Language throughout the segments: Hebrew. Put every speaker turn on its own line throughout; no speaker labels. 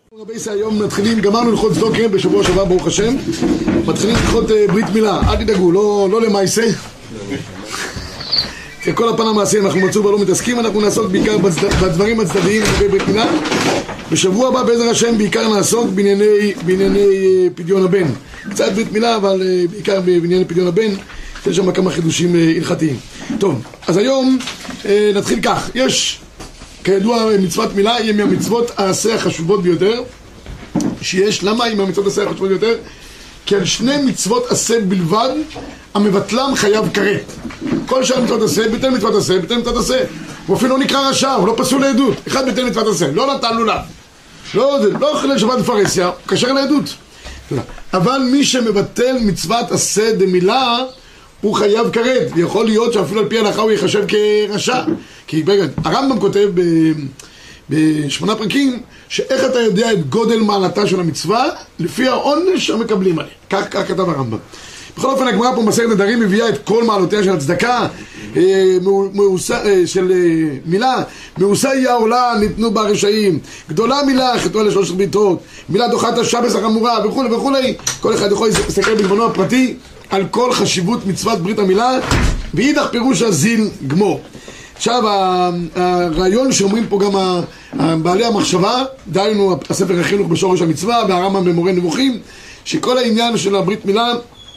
רבי היום מתחילים, גמרנו ללכות צדוקה בשבוע שעבר ברוך השם, מתחילים ללכות ברית מילה, אל תדאגו, לא למעשה, כל הפן המעשי אנחנו מצאו ולא מתעסקים, אנחנו נעסוק בעיקר בדברים הצדדיים לגבי ברית מילה. בשבוע הבא בעזר השם בעיקר נעסוק בענייני פדיון הבן, קצת ברית מילה אבל בעיקר בענייני פדיון הבן, יש שם כמה חידושים הלכתיים. טוב, אז היום נתחיל כך, יש כידוע מצוות מילה היא מהמצוות העשה החשובות ביותר שיש. למה היא מהמצוות העשה החשובות ביותר? כי על שני מצוות עשה בלבד המבטלם חייב כרת. כל שאר מצוות עשה, ביטל מצוות עשה, ביטל מצוות עשה. הוא אפילו לא נקרא רשע, הוא לא פסול לעדות. אחד ביטל מצוות עשה, לא נתן לולב, לא חילל שבת בפרהסיה, קשר לעדות. אבל מי שמבטל מצוות עשה דמילה הוא חייב כרת, ויכול להיות שאפילו על פי ההלכה הוא יחשב כרשע. כי הרמב"ם כותב בשמונה פרקים שאיך אתה יודע את גודל מעלתה של המצווה לפי העונש שמקבלים עליה. כך כתב הרמב"ם. בכל אופן הגמרא פה במסכת נדרים מביאה את כל מעלותיה של הצדקה, של מילה. מאוסה היא העולה ניתנו בה רשעים, גדולה מילה חטאו אלה 3 ביתות, מילה דוחת השבס החמורה וכו' וכו'. כל אחד יכול להסתכל בזמנו הפרטי על כל חשיבות מצוות ברית המילה, ואידך פירוש הזיל גמור. עכשיו הרעיון שאומרים פה גם בעלי המחשבה, דהיינו הספר החינוך בשורש המצווה והרמב"ם במורה נבוכים, שכל העניין של הברית מילה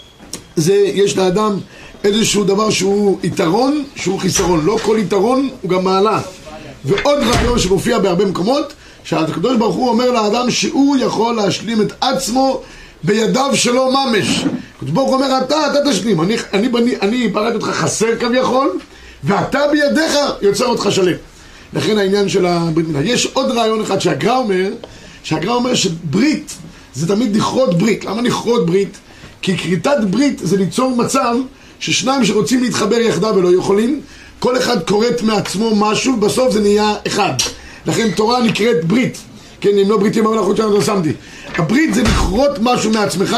זה יש לאדם איזשהו דבר שהוא יתרון שהוא חיסרון, לא כל יתרון הוא גם מעלה. ועוד רעיון שמופיע בהרבה מקומות, שהקדוש ברוך הוא אומר לאדם שהוא יכול להשלים את עצמו בידיו שלו ממש. הקדוש ברוך הוא אומר אתה תשלים, אני בראת אותך חסר כביכול ואתה בידיך יוצר אותך שלם. לכן העניין של הברית מילה. יש עוד רעיון אחד שהגר"א אומר שברית זה תמיד לכרות ברית. למה לכרות ברית? כי כריתת ברית זה ליצור מצב ששניים שרוצים להתחבר יחדיו ולא יכולים, כל אחד כורת מעצמו משהו, בסוף זה נהיה אחד. לכן תורה נקראת ברית. כן, אם לא בריתי במלאכות שלנו לא שמתי. הברית זה לכרות משהו מעצמך,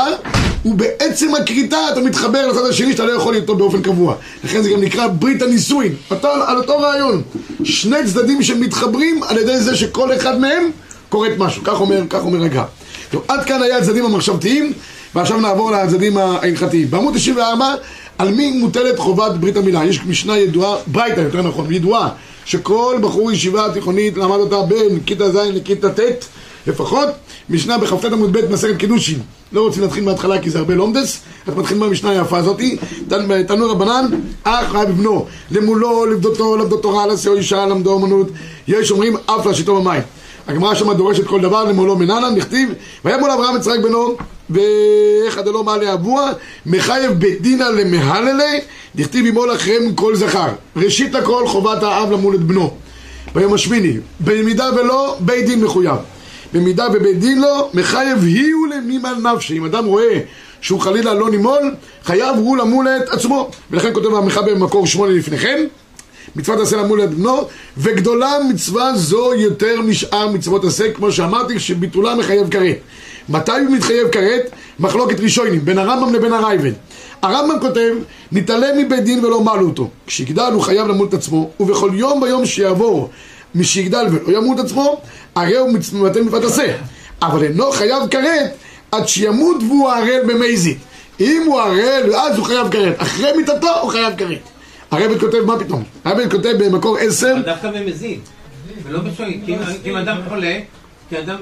ובעצם הכריתה אתה מתחבר לצד השני שאתה לא יכול להיות באופן קבוע. לכן זה גם נקרא ברית הנישואין. על אותו רעיון, שני צדדים שמתחברים על ידי זה שכל אחד מהם כורת משהו. כך אומר הגר"א. טוב, עד כאן היה הצדדים המחשבתיים, ועכשיו נעבור לצדדים ההלכתיים. בעמוד 94, על מי מוטלת חובת ברית המילה? יש משנה ידועה, ברייתא יותר נכון, ידועה, שכל בחור ישיבה תיכונית למד אותה בין כיתה ז' לכיתה ט' לפחות. משנה בכ"ט עמוד ב' מסכת קידושין. לא רוצים להתחיל מההתחלה כי זה הרבה לומדס, אז מתחילים מהמשנה היפה הזאתי. תנו רבנן, אח חייב בבנו, למולו, לבדותו, לבדותו, לשאו אישה, למדו אמנות. יש אומרים אף להשיטו במים. הגמרא שם דורשת כל דבר, למולו מננן, נכתיב ויבוא לאברהם יצחק בנו ואחד לא מעלה אבוה מחייב בית דינה למהללי, נכתיב ימול לכם כל זכר. ראשית לכל חובת האב למול את בנו ביום השמיני. במידה ולא בית דין מחויב, במידה ובית דין לא מחייב היו למימל נפשי. אם אדם רואה שהוא חלילה לא נימול, חייב הוא למול את עצמו. ולכן כותב המחבר במקור 8 לפניכם, מצוות עשה למול את בנו, וגדולה מצווה זו יותר משאר מצוות עשה, כמו שאמרתי, שביטולה מחייב כרת. מתי הוא מתחייב כרת? מחלוקת ראשונים בין הרמב"ם לבין הראב"ד. הרמב"ם כותב נתעלם מבית דין ולא מעלו אותו, כשיגדל הוא חייב למול את עצמו, ובכל יום ביום שיעבור משיגדל ולא ימות עצמו, הרי הוא מבטל מצוות עשה, אבל אינו חייב כרת עד שימות והוא ערל במזיד. אם הוא ערל אז הוא חייב כרת, אחרי מיתתו הוא חייב כרת. הרב"ד כותב מה פתאום? הרב"ד כותב במקור 10,
אבל דווקא במזיד ולא בשוגג, כי אם אדם חולה, כי אדם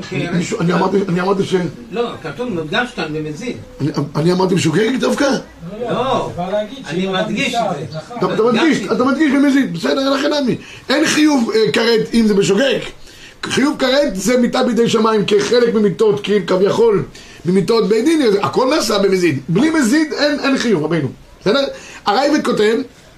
אני אמרתי ש...
לא, כתוב מודגש כאן במזיד.
אני אמרתי בשוגג דווקא?
לא, אני מדגיש את זה.
אתה מדגיש במזיד, בסדר, לכן עמי. אין חיוב כרת אם זה בשוגג. חיוב כרת זה מיטה בידי שמיים כחלק ממיטות, כביכול ממיטות בית דין, הכל נעשה במזיד. בלי מזיד אין חיוב, רבינו. בסדר? הרב"ד כותב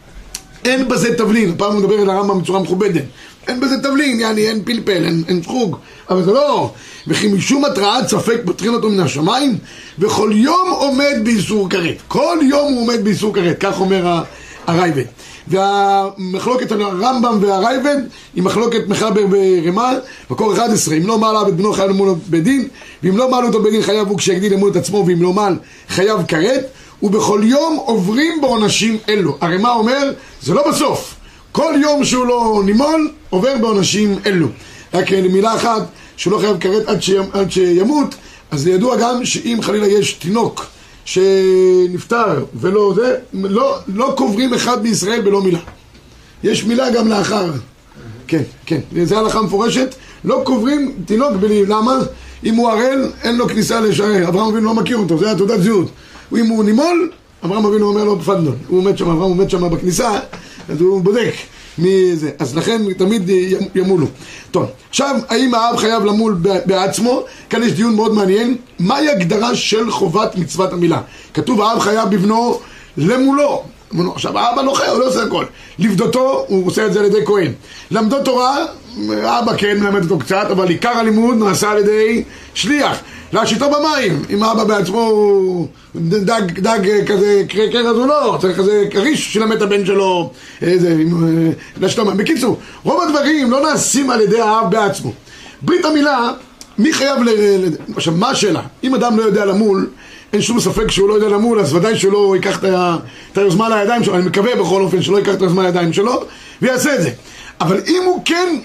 אין בזה תבלין, פעם הוא מדבר על הרמב"ם בצורה מכובדת, אין בזה תבלין, יעני אין פלפל, אין שחוג, אבל זה לא. וכי משום התרעת ספק פותחין אותו מן השמיים, וכל יום עומד באיסור כרת. כל יום הוא עומד באיסור כרת, כך אומר הרב"ד. והמחלוקת על הרמב"ם והרב"ד היא מחלוקת מחבר ברמה, מקור 11, אם לא מעלה את בנו חייב למול בית דין, ואם לא מעלו אותו בית דין חייב הוא כשיגדיל למול את עצמו, ואם לא מעל חייב כרת, ובכל יום עוברים בעונשים אלו. הרי מה אומר? זה לא בסוף. כל יום שהוא לא נימול עובר בעונשים אלו. רק למילה אחת, שהוא לא חייב כרת עד שימות, אז ידוע גם שאם חלילה יש תינוק שנפטר ולא זה, לא קוברים אחד בישראל בלא מילה. יש מילה גם לאחר. כן, כן, זה הלכה מפורשת. לא קוברים תינוק בלי, למה? אם הוא ערל, אין לו כניסה לשער. אברהם אבינו לא מכיר אותו, זה היה תעודת זהות. אם הוא נימול, אברהם אבינו אומר לו בפדלון. הוא מת שם, אברהם הוא מת שם בכניסה, אז הוא בודק מי זה. אז לכן תמיד ימולו. טוב, עכשיו, האם האב חייב למול בעצמו? כאן יש דיון מאוד מעניין. מהי הגדרה של חובת מצוות המילה? כתוב, האב חייב בבנו למולו. עכשיו, האבא לא חייב, הוא לא עושה הכל. לפדותו, הוא עושה את זה על ידי כהן. למדו תורה, האבא כן מלמד אותו קצת, אבל עיקר הלימוד נעשה על ידי שליח. להשיתו במים, אם האבא בעצמו הוא דג כזה קרקר, אז הוא לא, צריך כזה כריש שלמד את הבן שלו, להשיתו במים. בקיצור, רוב הדברים לא נעשים על ידי האב בעצמו. ברית המילה, מי חייב עכשיו, מה השאלה? אם אדם לא יודע למול, אין שום ספק שהוא לא יודע למול, אז ודאי שלא ייקח את היוזמה לידיים שלו. אני מקווה בכל אופן שלא ייקח את היוזמה לידיים שלו ויעשה את זה. אבל אם הוא כן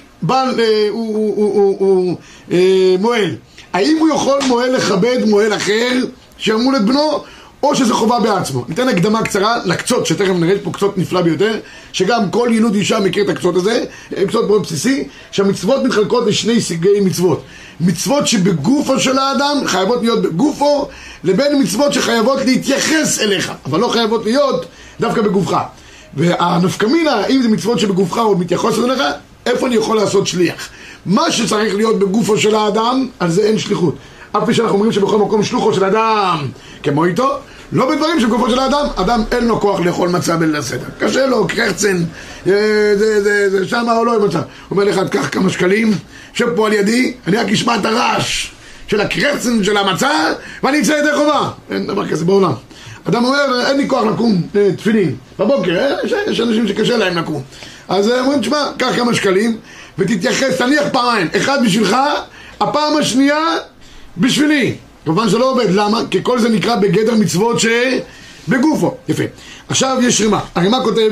הוא מועל, האם הוא יכול מועל לכבד מועל אחר שימול את בנו, או שזה חובה בעצמו? ניתן הקדמה קצרה לקצות, שתכף נראה פה קצות נפלא ביותר, שגם כל ילוד אישה מכיר את הקצות הזה, קצות מאוד בסיסי, שהמצוות מתחלקות לשני סוגי מצוות. מצוות שבגופו של האדם חייבות להיות בגופו, לבין מצוות שחייבות להתייחס אליך, אבל לא חייבות להיות דווקא בגופך. והנפקמינה, אם זה מצוות שבגופך או מתייחס אליך, איפה אני יכול לעשות שליח? מה שצריך להיות בגופו של האדם, על זה אין שליחות. אף פי שאנחנו אומרים שבכל מקום שלוחו של אדם כמו איתו, לא בדברים שבגופו של האדם, אדם אין לו כוח לאכול מצה בליל הסדר. קשה לו, קרחצן, זה שמה או לא עם מצה. הוא אומר לך, תקח כמה שקלים, שב פה על ידי, אני רק אשמע את הרעש של הקרחצן של המצה, ואני אצא ידי חובה. אין דבר כזה בעולם. אדם אומר, אין לי כוח לקום תפילין בבוקר, יש אנשים שקשה להם לקום. אז אומרים, תשמע, קח כמה שקלים ותתייחס, תניח פעמיים, אחד בשבילך, הפעם השנייה בשבילי. כמובן שלא עובד, למה? כי כל זה נקרא בגדר מצוות שבגופו. יפה. עכשיו יש רימה. הרימה כותב,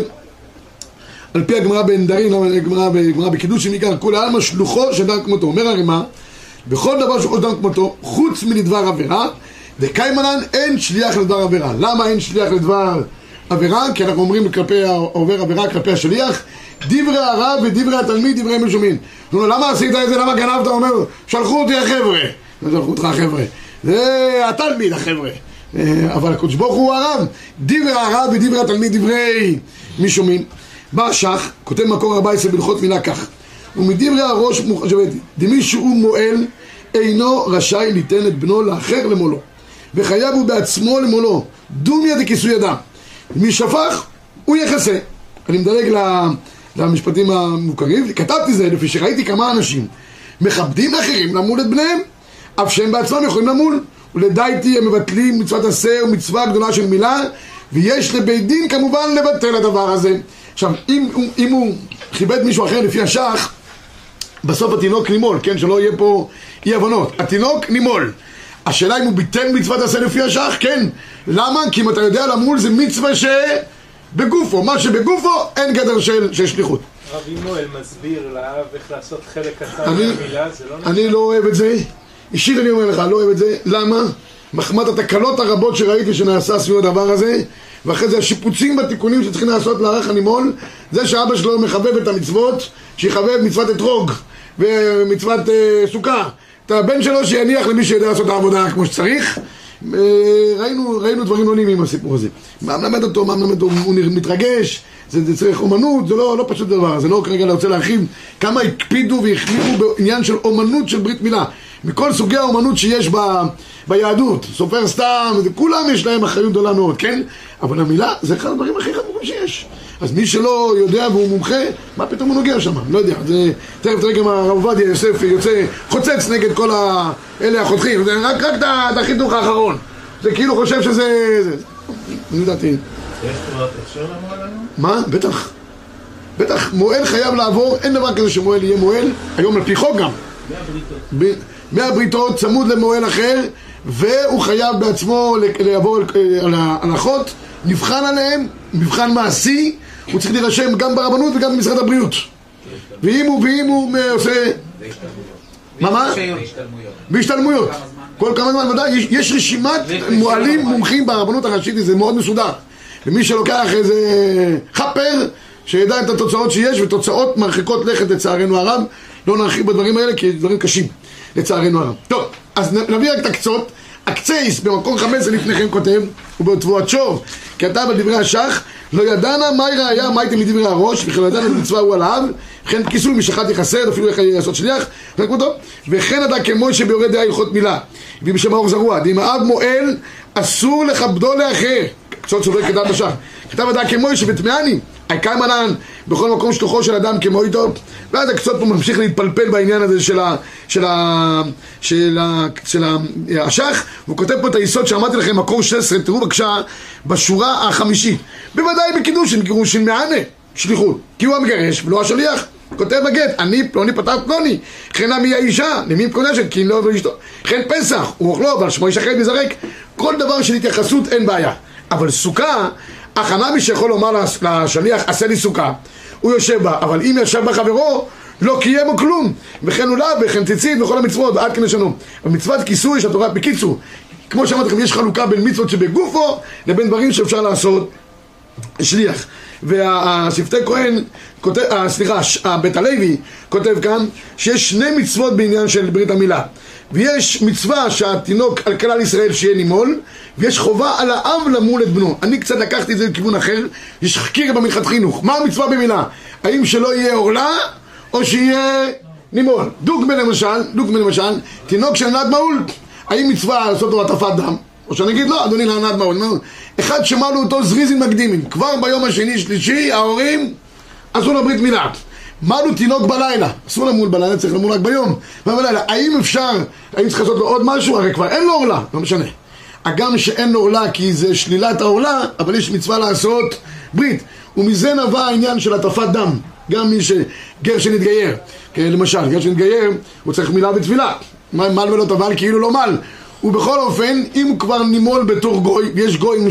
על פי הגמרא בנדרים, הגמרא בקידוש שמעיקר, כולי עלמא שלוחו של אדם כמותו. אומר הרימה, בכל דבר שלוחו של אדם כמותו, חוץ מלדבר עבירה, וקיימנן אין שליח לדבר עבירה. למה אין שליח לדבר עבירה? כי אנחנו אומרים כלפי העובר עבירה, כלפי השליח, דברי הרב ודברי התלמיד, דברי משומין. למה עשית את זה? למה גנבת? אומר, שלחו אותי החבר'ה. שלחו אותך החבר'ה. זה התלמיד החבר'ה. אבל הקדוש ברוך הוא הרב. דברי הרב ודברי התלמיד, דברי משומין. בא שח, כותב מקור 14 בהלכות מילה כך. ומדברי הראש מוחשבתי, דמי שהוא מועל, אינו רשאי ליתן את בנו לאחר למולו. וחייב הוא בעצמו למולו. דומיה דכיסוי אדם. מי שפך, הוא יחסה. אני מדלג למשפטים המוכרים. כתבתי זה לפי שראיתי כמה אנשים מכבדים אחרים למול את בניהם, אף שהם בעצמם יכולים למול. ולדעתי הם מבטלים מצוות עשה ומצווה גדולה של מילה, ויש לבית דין כמובן לבטל הדבר הזה. עכשיו, אם הוא כיבד מישהו אחר לפי השח, בסוף התינוק נימול, כן? שלא יהיה פה אי הבנות. התינוק נימול. השאלה אם הוא ביטל מצוות עשה לפי השח, כן. למה? כי אם אתה יודע למול זה מצווה שבגופו. מה שבגופו אין גדר של שליחות.
רבי מואל מסביר לאב איך לעשות חלק קטן מהמילה, זה לא נכון?
אני לא אוהב את זה. אישית אני אומר לך, לא אוהב את זה. למה? מחמת התקלות הרבות שראיתי שנעשה סביב הדבר הזה, ואחרי זה השיפוצים בתיקונים שצריכים לעשות לערך הנימול, זה שאבא שלו מחבב את המצוות, שיחבב מצוות אתרוג ומצוות סוכה. את הבן שלו שיניח למי שיודע לעשות את העבודה כמו שצריך. ראינו דברים לא נעימים מהסיפור הזה. מה מלמד אותו, הוא מתרגש, זה צריך אומנות, זה לא פשוט דבר. זה לא כרגע אני רוצה להרחיב כמה הקפידו והחליטו בעניין של אומנות של ברית מילה. מכל סוגי האומנות שיש ביהדות, סופר סתם, כולם יש להם אחריות גדולה מאוד, כן? אבל המילה זה אחד הדברים הכי חמורים שיש. אז מי שלא יודע והוא מומחה, מה פתאום הוא נוגע שם? לא יודע, זה תכף תראה גם הרב עובדיה יוסף יוצא חוצץ נגד כל אלה החותכים, זה רק את החיתוך האחרון. זה כאילו חושב שזה... אני יודעתי.
יש תורת אפשר למועל היום?
מה? בטח, מועל חייב לעבור, אין דבר כזה שמועל יהיה מועל, היום על פי חוק גם. 100 בריתות צמוד למועל אחר, והוא חייב בעצמו לעבור על ההלכות, נבחן עליהם, מבחן מעשי, הוא צריך להירשם גם ברבנות וגם במשרד הבריאות. ואם הוא עושה... מה? בהשתלמויות. כל כמה זמן, ודאי, יש רשימת מועלים מומחים ברבנות הראשית, זה מאוד מסודר. ומי שלוקח איזה חפר, שידע את התוצאות שיש, ותוצאות מרחיקות לכת לצערנו הרב, לא נרחיב בדברים האלה, כי דברים קשים, לצערנו הרב. טוב, אז נביא רק את הקצות. הקצייס במקום 15 לפניכם כותב, ובתבואת שור, כתב בדברי השח, לא ידענה מהי ראיה, מה הייתם מדברי הראש, וכן לא ידענה מצווה הוא עליו, וכן כיסוי משחת יחסד, אפילו איך לעשות שליח, וכן ידע כמו שביורד דעה הלכות מילה, ובשם האור זרוע, אם האב מועל, אסור לכבדו לאחר, קצות סובר כדעת השח, כתב ידע כמו שבטמאני, היקם ענן בכל מקום שלוחו של אדם כמו איתו, ואז הקצות פה ממשיך להתפלפל בעניין הזה של השח, והוא כותב פה את היסוד שאמרתי לכם, מקור 16, תראו בבקשה בשורה החמישית, בוודאי בקידושין, גירושין מענה, שליחות, כי הוא המגרש ולא השליח, כותב בגט, אני פלוני פתר פלוני, וכן מי האישה, למי מקודשת, כי אם לא עובר אשתו, וכן פסח, הוא אוכלו, אבל שמו ישחרר ויזרק, כל דבר של התייחסות אין בעיה, אבל סוכה, הכנה מי שיכול לומר לשליח, עשה לי סוכה, הוא יושב בה, אבל אם ישב בה חברו, לא קיים או כלום, וכן אולב, וכן ציצית, וכל המצוות, ועד כן ישנו. במצוות כיסוי של התורה, בקיצור, כמו שאמרתי לכם, יש חלוקה בין מצוות שבגופו, לבין דברים שאפשר לעשות שליח. והשפטי כהן, בית הלוי, כותב כאן, שיש שני מצוות בעניין של ברית המילה. ויש מצווה שהתינוק על כלל ישראל שיהיה נימול, ויש חובה על האב למול את בנו. אני קצת לקחתי את זה לכיוון אחר, יש חקיר במנחת חינוך. מה המצווה במילה? האם שלא יהיה עורלה, או שיהיה נימול? דוגמה למשל, תינוק שנולד מעול, האם מצווה לעשות לו הטפת דם? או שאני אגיד לא, אדוני נולד מעול. אחד שמלו אותו זריזים מקדימים, כבר ביום השני שלישי, ההורים עשו לו ברית מילה. מלו תינוק בלילה, אסור למול בלילה, צריך למול רק ביום. בלילה, האם אפשר, האם צריך לעשות לו עוד משהו? הרי כבר אין לו עורלה, לא משנה. הגם שאין לו עורלה כי זה שלילת העורלה, אבל יש מצווה לעשות ברית. ומזה נבע העניין של הטפת דם. גם מי שגר שנתגייר, למשל, גר שנתגייר, הוא צריך מילה בתפילה. מל ולא טבל כאילו לא מל. ובכל אופן, אם הוא כבר נימול בתור גוי, יש גויים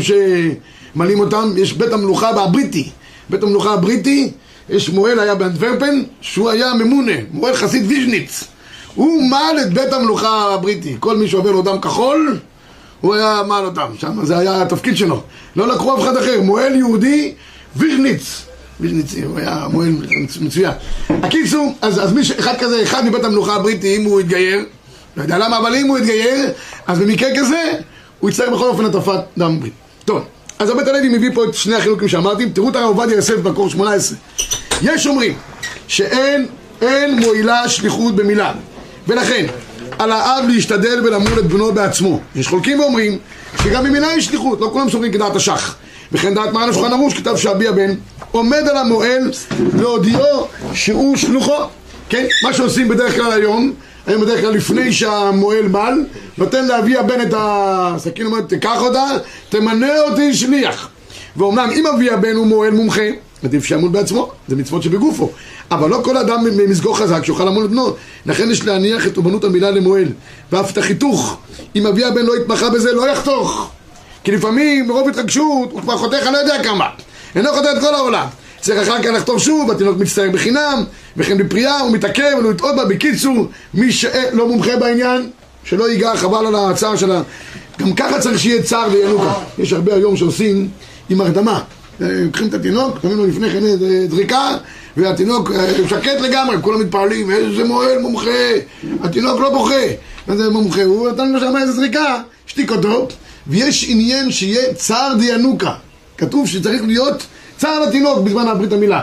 שמלים אותם, יש בית המלוכה הבריטי. בית המלוכה הבריטי, יש מועל היה באנטוורפן, שהוא היה ממונה, מועל חסיד ויז'ניץ. הוא מעל את בית המלוכה הבריטי. כל מי שעובר לו דם כחול, הוא היה מעל אותם. שם זה היה התפקיד שלו. לא לקחו אף אחד אחר. מועל יהודי, ויז'ניץ. ויז'ניצי, הוא היה מועל מצוין. הקיצור, אז מי אחד כזה, אחד מבית המלוכה הבריטי, אם הוא יתגייר, לא יודע למה, אבל אם הוא יתגייר, אז במקרה כזה, הוא יצטרך בכל אופן הטפת דם ברית. טוב. אז הבית הלוי מביא פה את שני החילוקים שאמרתי, תראו את הרב עובדיה יוסף בקור 18. יש אומרים שאין מועילה שליחות במילה, ולכן על האב להשתדל ולמול את בנו בעצמו. יש חולקים ואומרים שגם במילה יש שליחות, לא כולם סוברים כדעת השח. וכן דעת מרן השולחן ערוך כתב שאבי הבן עומד על המועל להודיעו שהוא שלוחו. כן, מה שעושים בדרך כלל היום בדרך כלל לפני שהמועל בא, נותן לאבי הבן את הסכין, אומר, תיקח אותה, תמנה אותי שליח. ואומנם אם אבי הבן הוא מועל מומחה, עדיף שיעמוד בעצמו, זה מצוות שבגופו. אבל לא כל אדם במסגור חזק שיוכל לעמוד את בנו. לכן יש להניח את אומנות המילה למועל. ואף את החיתוך, אם אבי הבן לא יתמחה בזה, לא יחתוך. כי לפעמים, מרוב התרגשות, הוא כבר חותך, אני לא יודע כמה. אינו חותך את כל העולם. צריך אחר כך לחתוך שוב, התינוק מצטער בחינם, וכן בפריאה, הוא מתעכב, הוא יתעוד בה. בקיצור, מי שלא מומחה בעניין, שלא ייגע, חבל על הצער שלה. גם ככה צריך שיהיה צער וינוקה. יש הרבה היום שעושים עם הרדמה. לוקחים את התינוק, קוראים לו לפני כן זריקה, והתינוק שקט לגמרי, כולם מתפעלים, איזה מועל מומחה, התינוק לא בוכה. זה מומחה, הוא נתן לו שם איזה זריקה, שתיק אותו, ויש עניין שיהיה צער דיינוקה. כתוב שצריך להיות צער לתינוק בזמן הברית המילה.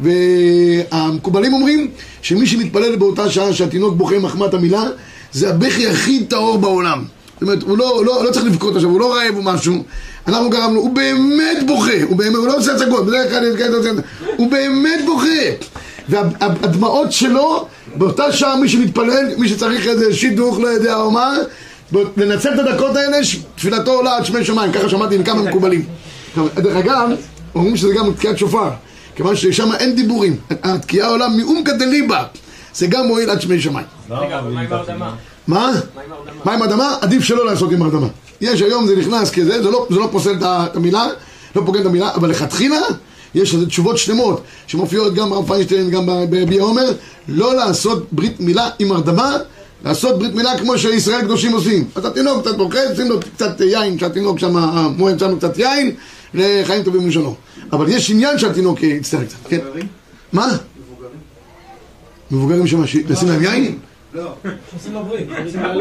והמקובלים אומרים שמי שמתפלל באותה שעה שהתינוק בוכה מחמת המילה, זה הבכי הכי טהור בעולם. זאת אומרת, הוא לא צריך לבכות עכשיו, הוא לא רעב או משהו. אנחנו גרמנו, הוא באמת בוכה, הוא לא עושה הצגות, בדרך כלל הוא באמת בוכה. והדמעות שלו, באותה שעה מי שמתפלל, מי שצריך איזה שידוך, לא יודע או מה, לנצל את הדקות האלה, תפילתו עולה עד שמי שמיים, ככה שמעתי מכמה מקובלים. דרך אגב, אומרים שזה גם תקיעת שופר, כיוון ששם אין דיבורים, התקיעה עולה מאומקא דליבא, זה גם מועיל עד שמי שמיים.
רגע, אבל מה עם הרדמה?
מה? מה עם הרדמה? עדיף שלא לעשות עם הרדמה. יש היום, זה נכנס כזה, זה לא פוסל את המילה, לא פוגן את המילה, אבל לכתחילה יש איזה תשובות שלמות שמופיעות גם ברב פיינשטיין, גם בביע עומר, לא לעשות ברית מילה עם הרדמה, לעשות ברית מילה כמו שישראל קדושים עושים. אז התינוק קצת פוחד, שים לו קצת יין, שהתינוק שם, המועד שלנו קצת יין, לחיים טובים ראשונו. אבל יש עניין שהתינוק יצטער קצת, כן? מה?
מבוגרים.
מבוגרים שמה, לשים להם יין?
לא.
שעושים לו ברית.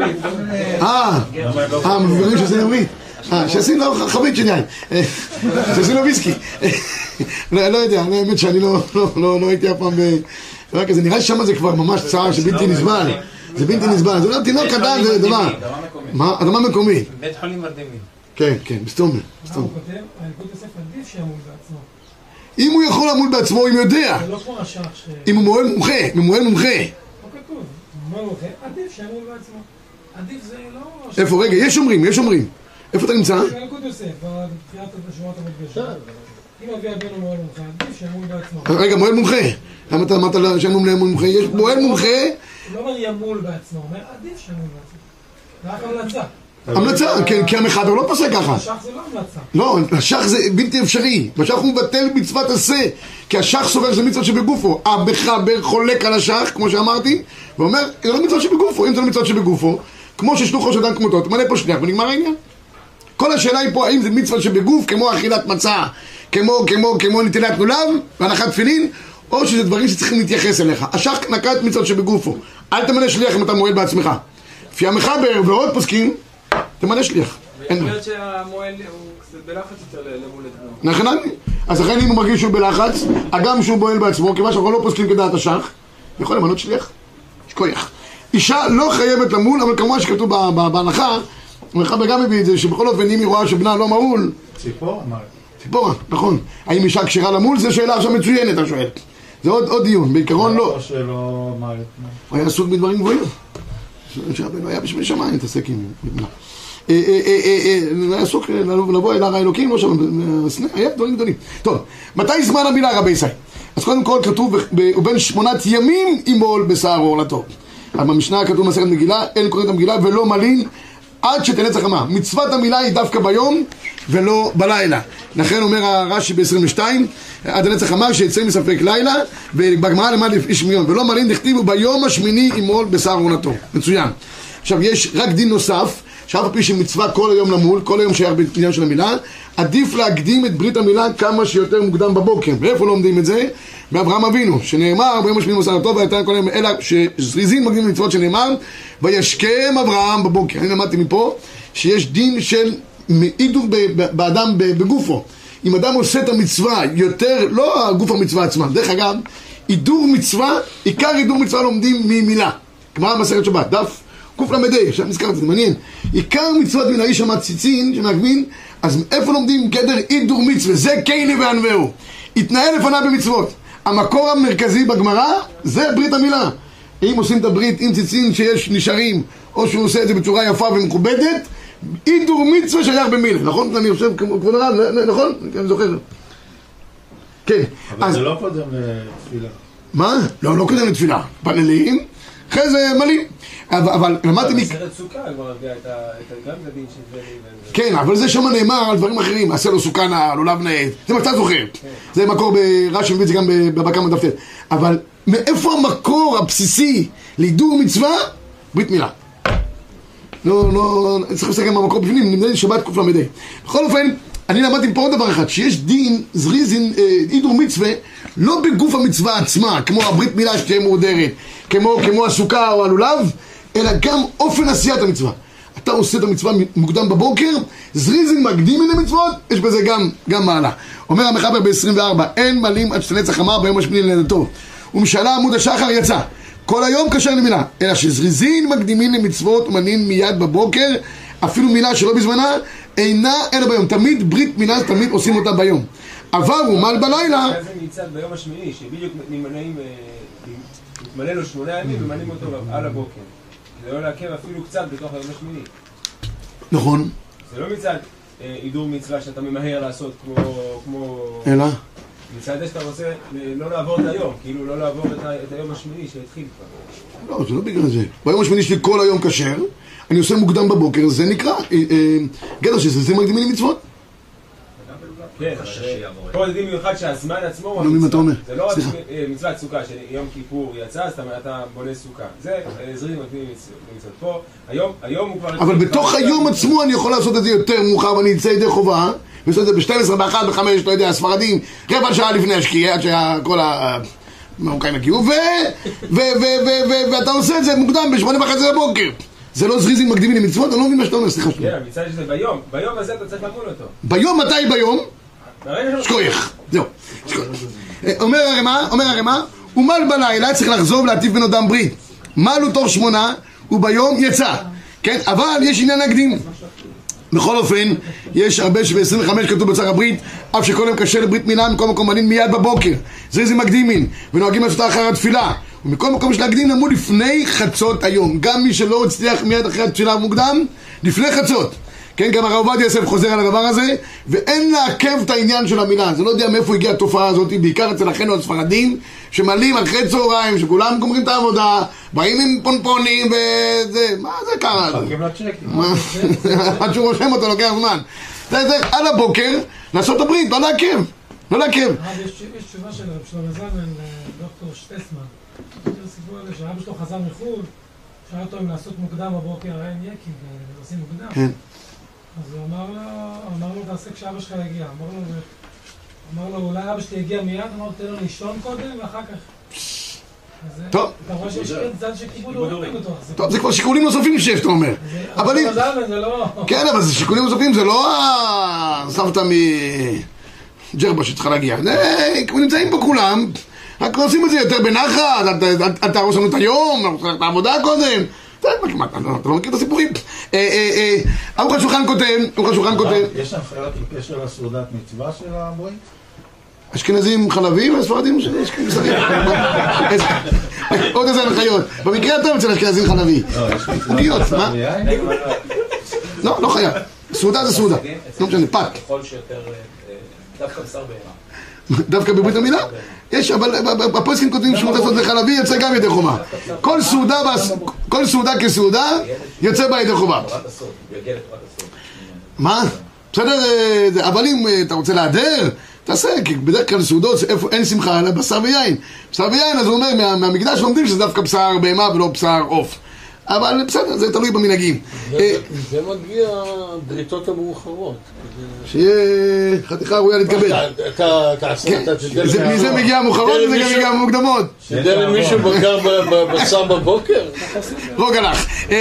מבוגרים שעושים לו ברית. שעושים לו חבית של יין. שעושים לו ויסקי. לא יודע, האמת שאני לא הייתי אף פעם דבר כזה. נראה ששם זה כבר ממש צער שבלתי נסבל. זה בלתי נסבל. זה לא תינוק קטן, זה דבר. מה? אדמה מקומית.
בית חולים מרדמי.
כן, מסתומר.
הוא כותב, האלקוט יוסף עדיף שימול בעצמו.
אם הוא יכול לעמול בעצמו, אם יודע.
זה לא כמו השח ש...
אם הוא מועל מומחה.
לא כתוב. מועל מומחה, עדיף שימול בעצמו. עדיף זה לא...
איפה? רגע, יש אומרים. איפה אתה נמצא?
האלקוט יוסף, בתחילת שורת המדגש. אם אבי הבנו מועל מומחה, עדיף שימול בעצמו.
רגע, מועל מומחה. למה אתה אמרת שימול מומחה? יש מועל מומחה.
הוא לא אומר ימול בעצמו, הוא אומר עדיף שימול בעצמו. רק המלצה.
המלצה, כי המחבר לא פסק ככה.
השח זה לא המלצה.
לא, השח זה בלתי אפשרי. בשח הוא מבטל מצוות עשה. כי השח סובר שזה מצוות שבגופו. המחבר חולק על השח, כמו שאמרתי, ואומר, זה לא מצוות שבגופו. אם זה לא מצוות שבגופו, כמו ששלוחו של אדם כמותו, תמלא פה שליח ונגמר העניין. כל השאלה היא פה, האם זה מצוות שבגוף, כמו אכילת מצה, כמו נטילת לולב, והנחת תפילין, או שזה דברים שצריכים להתייחס אליך. השח נקט מצוות שבגופו. אל תמלא שליח אם אתה מועל בעצמך. לפי המחבר ועוד פוסקים, תמלא שליח.
יכול להיות שהמועל הוא קצת בלחץ יותר למול את בנו.
נכון, אז לכן אם הוא מרגיש שהוא בלחץ, הגם שהוא מועל בעצמו, כיוון שאנחנו לא פוסקים כדעת השח, יכול למנות שליח. יש כוח. אישה לא חייבת למול, אבל כמובן שכתוב בהנחה, המחבר גם מביא את זה, שבכל אופן אם היא רואה שבנה לא מעול, ציפורה, נכון. האם אישה כשרה למול? זו שאלה עכשיו מצוינת, אתה שואל. זה עוד דיון, בעיקרון לא. הוא היה עסוק בדברים גבוהים. הוא היה בשביל שמיים, מתעסק עם בנה. היה עסוק לבוא אל הר האלוקים, לא שם, היה דברים גדולים. טוב, מתי זמן המילה רבי ישראל? אז קודם כל כתוב, הוא בין 8 ימים ימול בשר עורלתו. אבל במשנה כתוב מסכת מגילה, אין קוראים את המגילה ולא מלין עד שתנצח חמה. מצוות המילה היא דווקא ביום ולא בלילה. לכן אומר הרש"י ב-22, עד הנצח חמה שיצא מספק לילה, ובגמרא למד איש מיון, ולא מלין דכתיבו ביום השמיני ימול בשר עורלתו. מצוין. עכשיו יש רק דין נוסף, שאף על פי שמצווה כל היום למול, כל היום שייך בעניין של המילה, עדיף להקדים את ברית המילה כמה שיותר מוקדם בבוקר. ואיפה לומדים את זה? מאברהם אבינו, שנאמר ביום השמיני בשר עורלתו, והייתה כל היום, אלא שזריזין מקדים למצוות שנאמר, וישכם אברהם בבוקר. אני למדתי מפה שיש דין של עידור באדם בגופו. אם אדם עושה את המצווה יותר, לא הגוף המצווה עצמה, דרך אגב, עידור מצווה, עיקר עידור מצווה לומדים ממילה. גמרא מסכת שבת, דף קל"ה, עכשיו נזכרתי, זה מעניין. עיקר מצוות מן האיש המציצין, שמעגבין, אז איפה לומדים גדר עידור מצווה? זה קיילי וענווהו. התנהל לפניו במצוות. המקור המרכזי בגמרא, זה ברית המילה. אם עושים את הברית עם ציצין שיש נשארים, או שהוא עושה את זה בצורה יפה ומכובדת, עידור מצווה שייך במילה, נכון? אני חושב, כבוד הרב, נכון? אני זוכר. כן.
אבל זה לא קודם לתפילה.
מה? לא קודם לתפילה. פנלים, אחרי זה מלאים. אבל למדתי...
בסרט סוכה כבר הביאה גם את הדין של זה.
כן, אבל זה שם נאמר על דברים אחרים. עשה לו סוכה נע, לולב נעד. זה מה שאתה זוכר. זה מקור ברש"י מביא את זה גם בבקם הדפתר. אבל מאיפה המקור הבסיסי לעידור מצווה? ברית מילה. לא, צריך להסתכל מהמקור בפנים, נמדה לי שבת קל"ה. בכל אופן, אני למדתי פה עוד דבר אחד, שיש דין, זריזין, עידור מצווה, לא בגוף המצווה עצמה, כמו הברית מילה שתהיה מורדרת, כמו הסוכה או הלולב, אלא גם אופן עשיית המצווה. אתה עושה את המצווה מוקדם בבוקר, זריזין מקדים מן המצוות, יש בזה גם מעלה. אומר המחבר ב-24, אין מלאים עד שתנצח חמה ביום השמיני ללידתו. ומשאלה עמוד השחר יצא. כל היום קשר למילה, אלא שזריזין מקדימים למצוות ומנין מיד בבוקר, אפילו מילה שלא בזמנה, אינה אלא ביום. תמיד ברית מילה, תמיד עושים אותה ביום. אבל הוא מל בלילה...
זה מצד ביום השמיני, שבדיוק מתמלא לו 8 ימים ומנים אותו על הבוקר. זה לא לעכב אפילו קצת בתוך היום השמיני.
נכון.
זה לא מצד עידור מצווה שאתה ממהר לעשות כמו...
אלא?
מצד זה שאתה רוצה לא לעבור את היום, כאילו לא לעבור את היום השמיני שהתחיל כבר.
לא, זה לא בגלל זה. ביום השמיני שלי כל היום כשר, אני עושה מוקדם בבוקר, זה נקרא גדר שזה מקדימים למצוות.
כן, פה יודעים מיוחד שהזמן עצמו הוא
המצווה.
זה לא רק מצוות סוכה, שיום כיפור יצא, אז אתה בונה סוכה. זה זריזים מקדימים מצוות פה. היום הוא כבר...
אבל בתוך היום עצמו אני יכול לעשות את זה יותר מאוחר, ואני אצא ידי חובה, ועושה את זה ב-12, ב-1, ב-5, לא יודע, הספרדים, רבע שעה לפני השקיעה, עד שכל המרוקאים הגיעו, ואתה עושה את זה מוקדם, ב-8:30 בבוקר. זה לא זריזים מקדימים למצוות, אני לא מבין מה שאתה אומר, סליחה שלי.
כן, מצד שזה ביום הזה אתה צריך לקול אותו.
ביום, מתי ביום? שכוייך, זהו. אומר הרמ"א, ומל בלילה צריך לחזור ולהטיף בין אדם ברית. מלו תוך 8, וביום יצא. כן, אבל יש עניין להקדים. בכל אופן, יש הרבה שב-25 כתוב בצר הברית, אף שכל יום קשה לברית מילה, מכל מקום מלין מיד בבוקר. זריזים מקדימין, ונוהגים לעשותה אחר התפילה. ומכל מקום של להקדים נאמרו לפני חצות היום. גם מי שלא הצליח מיד אחרי התפילה המוקדם, לפני חצות. כן, גם הרב עובדיה יוסף חוזר על הדבר הזה, ואין לעכב את העניין של המילה. זה לא יודע מאיפה הגיעה התופעה הזאת, בעיקר אצל אחינו הספרדים, שמעלים אחרי צהריים, שכולם גומרים את העבודה, באים עם פונפונים וזה, מה זה קרה?
חלקים לצ'קים.
עד שהוא רושם אותו, לוקח זמן. זה על הבוקר, לעשות הברית, לא לעכב. לא לעכב.
יש תשובה של רב שלמה זלמן, דוקטור שטסמן. סיפור עליו שהאבא שלו חזר מחו"ל, שאל אותו אם לעשות מוקדם בבוקר, הרי אין יקים, עושים מוקדם.
כן.
אז הוא אמר לו, תעשה כשאבא שלך יגיע. אמר לו, אולי אבא שלי יגיע מיד, אמר לו, תן לו לישון קודם, ואחר כך.
טוב.
אתה רואה שיש צד שכיבוד הורים אותו.
טוב, זה כבר שיקולים נוספים שיש, אתה אומר. אבל אם...
זה לא...
כן, אבל זה שיקולים נוספים, זה לא סבתא מג'רבה שצריכה להגיע. הם נמצאים פה כולם, רק עושים את זה יותר בנחת, אל תהרוס לנו את היום, אנחנו צריכים את העבודה קודם. אתה לא מכיר את הסיפורים. ערוך השולחן כותב,
יש הנחיות בקשר לסעודת מצווה של הברית?
אשכנזים חלבים וספרדים אשכנזים. עוד איזה הנחיות. במקרה הטוב אצל אשכנזים חלבי. עוגיות, מה? לא חייב. סעודה זה סעודה. לא משנה, פת.
ככל שיותר דווקא בשר בהמה.
דווקא בברית המילה? יש, אבל הפוסקים כותבים שמות לעשות לחלבי יוצא גם ידי חובה. כל סעודה כסעודה יוצא בה ידי חובה. מה? בסדר, אבל אם אתה רוצה להדר, תעשה, כי בדרך כלל סעודות אין שמחה אלא בשר ויין. בשר ויין, אז הוא אומר, מהמקדש לומדים שזה דווקא בשר בהמה ולא בשר עוף. אבל בסדר, זה תלוי במנהגים.
זה מגיע בריתות המאוחרות.
שיהיה חתיכה ראויה להתקבל. מזה מגיע המאוחרות וזה גם מגיע המוקדמות.
שתדע למישהו בקר בשר בבוקר?
רוג הלך.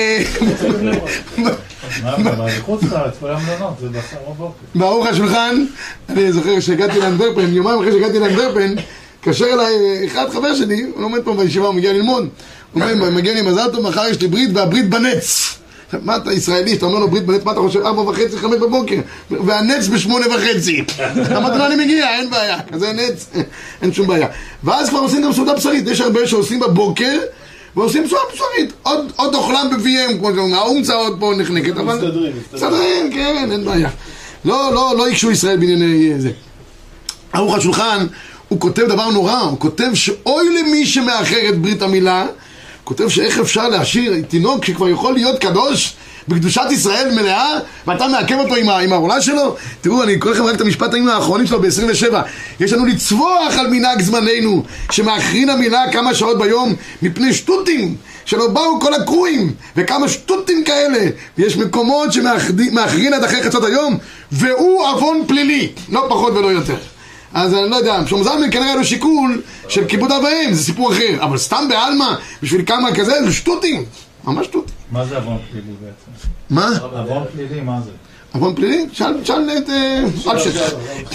מה, חוץ לארץ, כל המלונות, זה בשר בבוקר.
בערוך השולחן, אני זוכר שהגעתי לאנדרפן, יומיים אחרי שהגעתי לאנדרפן, קשר אליי אחד חבר שלי, הוא לומד פה בישיבה, הוא מגיע ללמוד. הוא אומר, מגיע לי מזל טוב, מחר יש לי ברית, והברית בנץ. מה אתה ישראלי, שאתה אומר לו ברית בנץ, מה אתה חושב? 4:30, 5 בבוקר, והנץ ב8:30. אמרתי לו, אני מגיע, אין בעיה, כזה נץ, אין שום בעיה. ואז כבר עושים גם סעודה בשרית, יש הרבה שעושים בבוקר, ועושים סעודה בשרית, עוד אוכלם בפיהם, כמו שאומרים, האומצה עוד פה נחנקת, אבל... מסתדרים, כן, אין בעיה. לא יקשו ישראל בענייני זה. ערוך השולחן, הוא כותב דבר נורא, הוא כותב שאוי למי שמאחר את ברית המילה, כותב שאיך אפשר להשאיר תינוק שכבר יכול להיות קדוש בקדושת ישראל מלאה, ואתה מעכב אותו עם העולה שלו. תראו, אני קורא לכם רק את המשפט האחרונים שלו ב-27. יש לנו לצווח על מנהג זמננו שמאחרין המילה כמה שעות ביום מפני שטותים שלא באו כל הקרואים, וכמה שטותים כאלה. ויש מקומות שמאחרין עד אחרי חצות היום, והוא עוון פלילי, לא פחות ולא יותר. אז אני לא יודע, שלמה זלמן כנראה היה לו שיקול של כיבוד אב ואם, זה סיפור אחר. אבל סתם בעלמא, בשביל כמה כזה, זה שטותים. ממש שטותים.
מה זה עוון פלילי בעצם?
מה?
עוון פלילי, מה זה?
עוון פלילי? שאל את אלשך.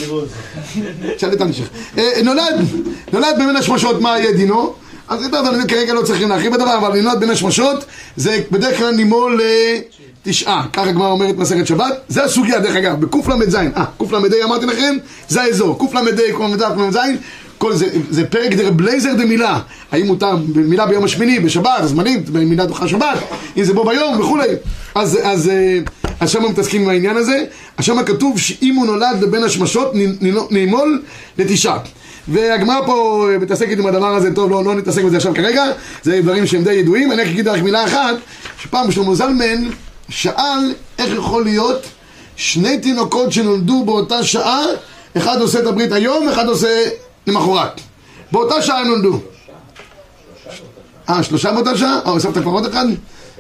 שאל את אלשך. נולד בין השמשות מה יהיה דינו. אז אני כרגע לא צריכים להרחיב בדבר, אבל נולד בין השמשות, זה בדרך כלל נימול תשעה, ככה הגמרא אומרת מסכת שבת. זה הסוגיה דרך אגב, בקל"ז, קל"ד אמרתי לכם, זה האזור, קל"ד, קל"ז, כל זה פרק דר בלייזר דמילה. האם מותר מילה ביום השמיני, בשבת, הזמנים, במילה דוחה שבת, אם זה בו ביום וכולי. אז שם מתעסקים עם העניין הזה. שם כתוב שאם הוא נולד בין השמשות, נימול לתשעה. והגמרא פה מתעסקת עם הדבר הזה, טוב, לא נתעסק בזה עכשיו כרגע, זה דברים שהם די ידועים. אני אגיד רק מילה אחת, שפעם שלמה זלמן שאל איך יכול להיות שני תינוקות שנולדו באותה שעה אחד עושה את הברית היום, אחד עושה למחרת. באותה שעה הם נולדו. 3 באותה שעה? הוספת כבר עוד אחד?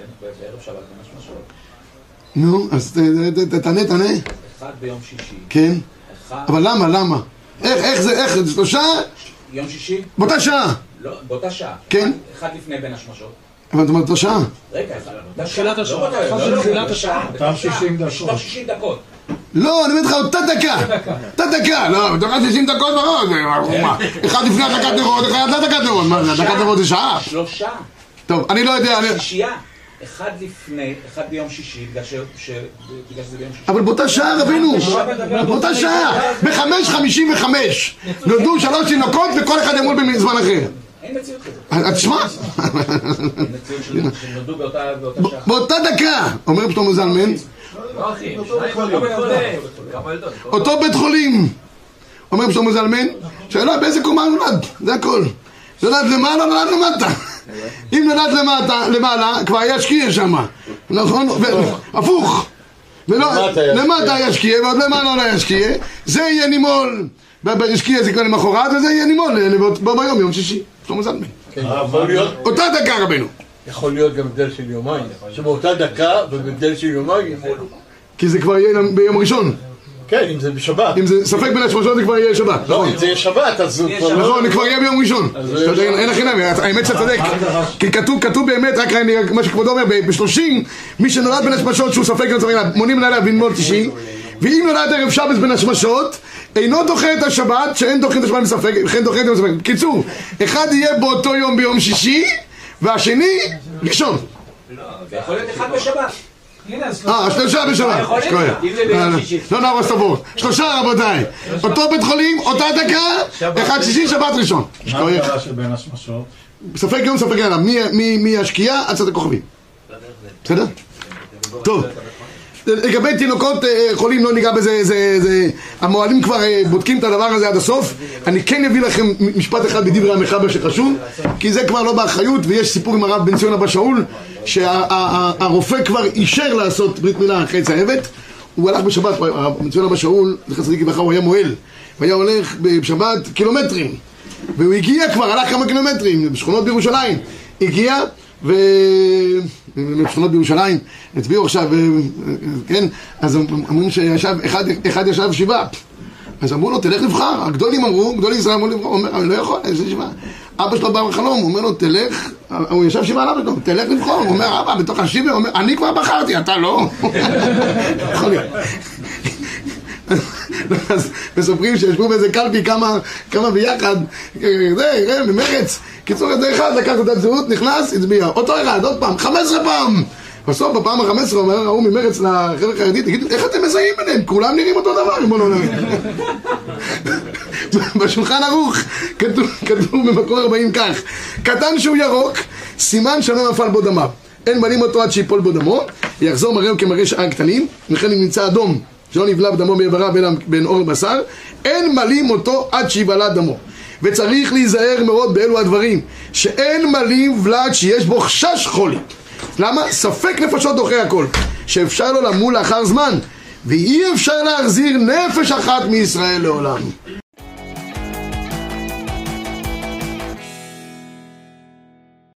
נו, אז תענה.
אחד ביום שישי.
כן. אבל למה? איך זה 3?
יום שישי?
באותה שעה.
לא, באותה שעה.
כן.
אחד לפני בין השמשות.
אבל אתה אומר באותה שעה.
רגע,
תחילת השעה.
אותם 60 דקות.
תוך 60 דקות.
לא, אני אומר לך, אותה דקה. לא, בתוך 60 דקות ברור. אחד לפני הדקת נרות, אחד לדקת נרות. מה זה, הדקת נרות זה שעה?
3.
טוב, אני לא יודע.
שישייה. אחד לפני, אחד ביום שישי, בגלל שזה ביום שישי.
אבל באותה שעה רבינו, באותה שעה, ב-5:55 נולדו 3 תינוקות וכל אחד ימול בזמן אחר.
אין מציאות כזאת.
תשמע,
אין מציאות שנולדו באותה שעה.
באותה דקה, אומר שלמה זלמן, אותו בית חולים, אומר שלמה זלמן, שאלה באיזה קומה נולד, זה הכל. נולד למעלה, נולד למטה. אם נולד למעלה, כבר היה שקיע שם. נכון? הפוך. למטה היה שקיע, ועוד למעלה לא היה שקיע. זה יהיה נימול. שקיע זה כבר למחרת, וזה יהיה נימול ביום, יום שישי. שלמה זלמן. אותה דקה רבנו.
יכול להיות גם הבדל של יומיים. שבאותה דקה ובהבדל של יומיים ימולו.
כי זה כבר יהיה ביום ראשון.
כן, אם זה בשבת.
אם זה ספק בין השמשות זה כבר יהיה שבת.
לא, אם זה יהיה שבת אז...
נכון, זה כבר יהיה ביום ראשון. אין לך חינם, האמת שאתה צודק. כי כתוב באמת, רק מה שכבודו אומר, ב-30, מי שנולד בין השמשות שהוא ספק מונים לילה וינמול 90, ואם נולד ערב שבת בין השמשות, אינו דוחה את השבת, שאין דוחים את השבת בספק, וכן דוחה את השבת בספק. קיצור, אחד יהיה באותו יום ביום שישי, והשני ראשון.
ויכול להיות אחד בשבת.
3 בשבת. לא נערוס את הבור. 3 רבותיי. אותו בית חולים, אותה דקה, 1 שישי, שבת ראשון.
מה הקרה שבין השמשות?
ספק יום, ספק יאללה. מהשקיעה עד צאת הכוכבים. בסדר? טוב. לגבי תינוקות חולים לא ניגע בזה, המועלים כבר בודקים את הדבר הזה עד הסוף. אני כן אביא לכם משפט אחד בדברי המחבר שחשוב, כי זה כבר לא באחריות, ויש סיפור עם הרב בן ציון אבא שאול שהרופא כבר אישר לעשות ברית מילה אחרי צהבת. הוא הלך בשבת, הרב בן ציון אבא שאול זכר צדיק לברכה, הוא היה מועל והיה הולך בשבת קילומטרים, והוא הגיע כבר, הלך כמה קילומטרים בשכונות בירושלים, הגיע בשכונות בירושלים, הצביעו עכשיו, כן, אז אמרו שאחד ישב 7, אז אמרו לו תלך לבחר, הגדולים אמרו, גדולי ישראל אמרו לבחר, הוא אומר, אני לא יכול, איזה 7, אבא שלו בא בחלום, הוא אומר לו תלך, הוא ישב 7 על אבא שלו, תלך לבחור, הוא אומר אבא בתוך ה7, הוא אומר אני כבר בחרתי, אתה לא. יכול להיות. אז מספרים שישבו באיזה קלפי כמה ביחד, זה, ממרץ, קיצור איזה אחד לקח תעודת זהות, נכנס, הצביע, אותו אחד, עוד פעם, 15 פעם. בסוף בפעם ה-15 אומר, הוא ממרץ לחלק חרדית, תגידו, איך אתם מזהים ביניהם? כולם נראים אותו דבר, בוא נאמר. בשולחן ערוך כתוב במקור 40 כך, קטן שהוא ירוק, סימן שלא נפל בו דמיו. אין מלים אותו עד שיפול בו דמו, יחזור מראהו כמראה שער קטנים, וכן אם נמצא אדום, שלא נבלע בדמו מאיבריו אלא בין אור בשר, אין מלים אותו עד שיבלע דמו. וצריך להיזהר מאוד באלו הדברים, שאין מלים ולד שיש בו חשש חולי. למה? ספק נפשות דוחה הכל, שאפשר לו למול לאחר זמן, ואי אפשר להחזיר נפש אחת מישראל לעולם.